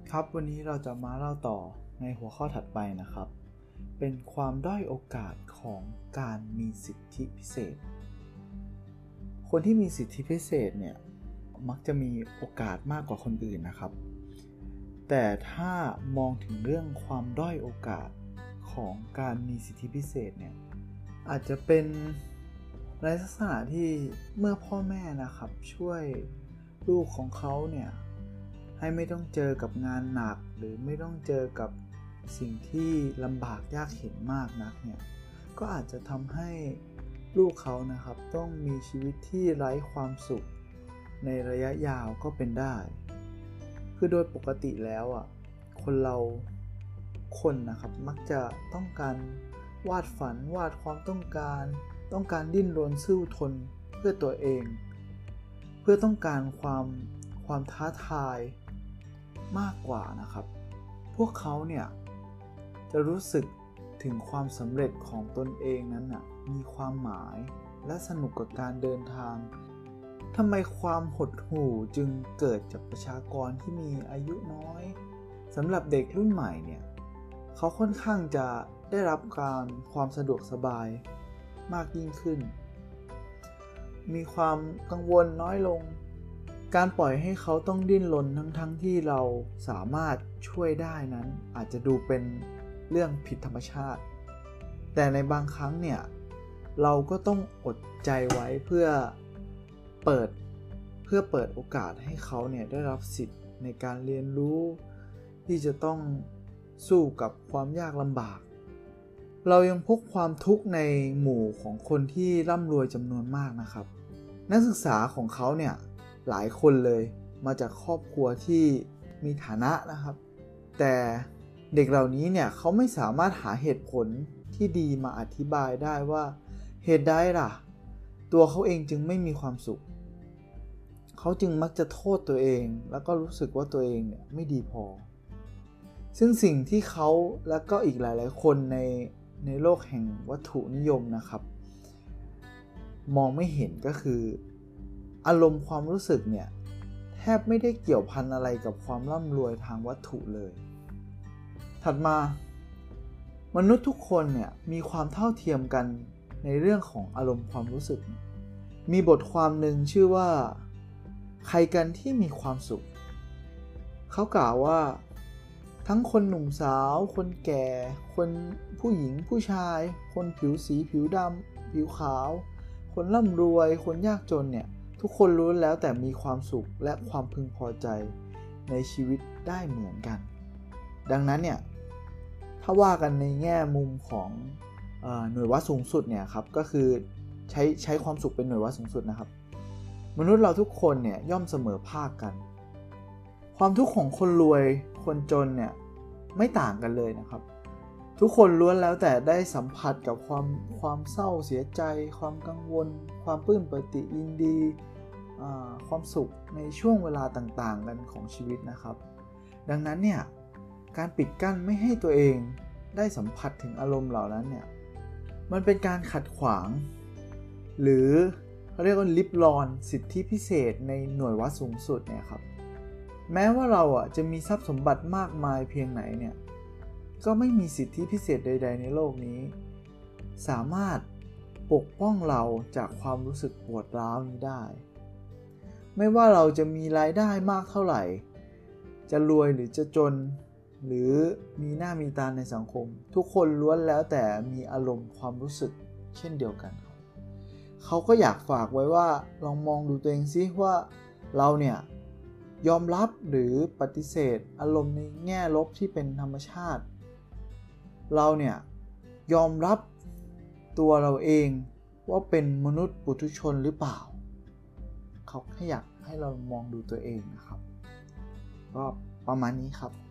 ครับวันนี้เราจะมาเล่าต่อในหัวข้อถัดไปนะครับ เป็นความด้อยโอกาสของการมีสิทธิพิเศษ คนที่มีสิทธิพิเศษเนี่ยมักจะมีโอกาสมากกว่าคนอื่นนะครับ แต่ถ้ามองถึงเรื่องความด้อยโอกาสของการมีสิทธิพิเศษเนี่ยอาจจะเป็นในลักษณะที่เมื่อพ่อแม่นะครับช่วยลูกของเขาเนี่ยให้ไม่ต้องเจอกับงานหนักหรือไม่ต้องเจอกับสิ่งที่ลำบากยากเข็ญมากนักเนี่ยก็อาจจะทำให้ลูกเขานะครับต้องมีชีวิตที่ไร้ความสุขในระยะยาวก็เป็นได้คือโดยปกติแล้วคนนะครับมักจะต้องการวาดฝันวาดความต้องการดิ้นรนสู้ทนเพื่อตัวเองเพื่อต้องการความท้าทายมากกว่านะครับพวกเขาเนี่ยจะรู้สึกถึงความสำเร็จของตนเองนั้นมีความหมายและสนุกกับการเดินทางทำไมความหดหู่จึงเกิดจากประชากรที่มีอายุน้อยสำหรับเด็กรุ่นใหม่เนี่ยเขาค่อนข้างจะได้รับความสะดวกสบายมากยิ่งขึ้นมีความกังวลน้อยลงการปล่อยให้เขาต้องดิ้นรนทั้งที่เราสามารถช่วยได้นั้นอาจจะดูเป็นเรื่องผิดธรรมชาติแต่ในบางครั้งเนี่ยเราก็ต้องอดใจไว้เพื่อเปิดโอกาสให้เขาเนี่ยได้รับสิทธิ์ในการเรียนรู้ที่จะต้องสู้กับความยากลำบากเรายังพบความทุกข์ในหมู่ของคนที่ร่ำรวยจำนวนมากนะครับนักศึกษาของเขาเนี่ยหลายคนเลยมาจากครอบครัวที่มีฐานะนะครับแต่เด็กเหล่านี้เนี่ยเขาไม่สามารถหาเหตุผลที่ดีมาอธิบายได้ว่าเหตุใดล่ะตัวเขาเองจึงไม่มีความสุขเขาจึงมักจะโทษตัวเองแล้วก็รู้สึกว่าตัวเองเนี่ยไม่ดีพอซึ่งสิ่งที่เขาและก็อีกหลายๆคนในโลกแห่งวัตถุนิยมนะครับมองไม่เห็นก็คืออารมณ์ความรู้สึกเนี่ยแทบไม่ได้เกี่ยวพันอะไรกับความร่ำรวยทางวัตถุเลยถัดมามนุษย์ทุกคนเนี่ยมีความเท่าเทียมกันในเรื่องของอารมณ์ความรู้สึกมีบทความหนึ่งชื่อว่าใครกันที่มีความสุขเขากล่าวว่าทั้งคนหนุ่มสาวคนแก่คนผู้หญิงผู้ชายคนผิวสีผิวดำผิวขาวคนร่ำรวยคนยากจนเนี่ยทุกคนล้วนแล้วแต่มีความสุขและความพึงพอใจในชีวิตได้เหมือนกันดังนั้นเนี่ยถ้าว่ากันในแง่มุมของหน่วยวัดสูงสุดเนี่ยครับก็คือใช้ความสุขเป็นหน่วยวัดสูงสุดนะครับมนุษย์เราทุกคนเนี่ยย่อมเสมอภาคกันความทุกข์ของคนรวยคนจนเนี่ยไม่ต่างกันเลยนะครับทุกคนล้วนแล้วแต่ได้สัมผัสกับความเศร้าเสียใจความกังวลความปลื้มปิติยินดีความสุขในช่วงเวลาต่างๆกันของชีวิตนะครับดังนั้นเนี่ยการปิดกั้นไม่ให้ตัวเองได้สัมผัสถึงอารมณ์เหล่านั้นเนี่ยมันเป็นการขัดขวางหรือเขาเรียกว่าลิดรอนสิทธิพิเศษในหน่วยวัดสูงสุดเนี่ยครับแม้ว่าเราจะมีทรัพย์สมบัติมากมายเพียงไหนเนี่ยก็ไม่มีสิทธิพิเศษใดๆในโลกนี้สามารถปกป้องเราจากความรู้สึกปวดร้าวนี้ได้ไม่ว่าเราจะมีรายได้มากเท่าไหร่จะรวยหรือจะจนหรือมีหน้ามีตาในสังคมทุกคนล้วนแล้วแต่มีอารมณ์ความรู้สึกเช่นเดียวกันเขาก็อยากฝากไว้ว่าลองมองดูตัวเองซิว่าเราเนี่ยยอมรับหรือปฏิเสธอารมณ์ในแง่ลบที่เป็นธรรมชาติเราเนี่ยยอมรับตัวเราเองว่าเป็นมนุษย์ปุถุชนหรือเปล่าเขาแค่อยากให้เรามองดูตัวเองนะครับก็ประมาณนี้ครับ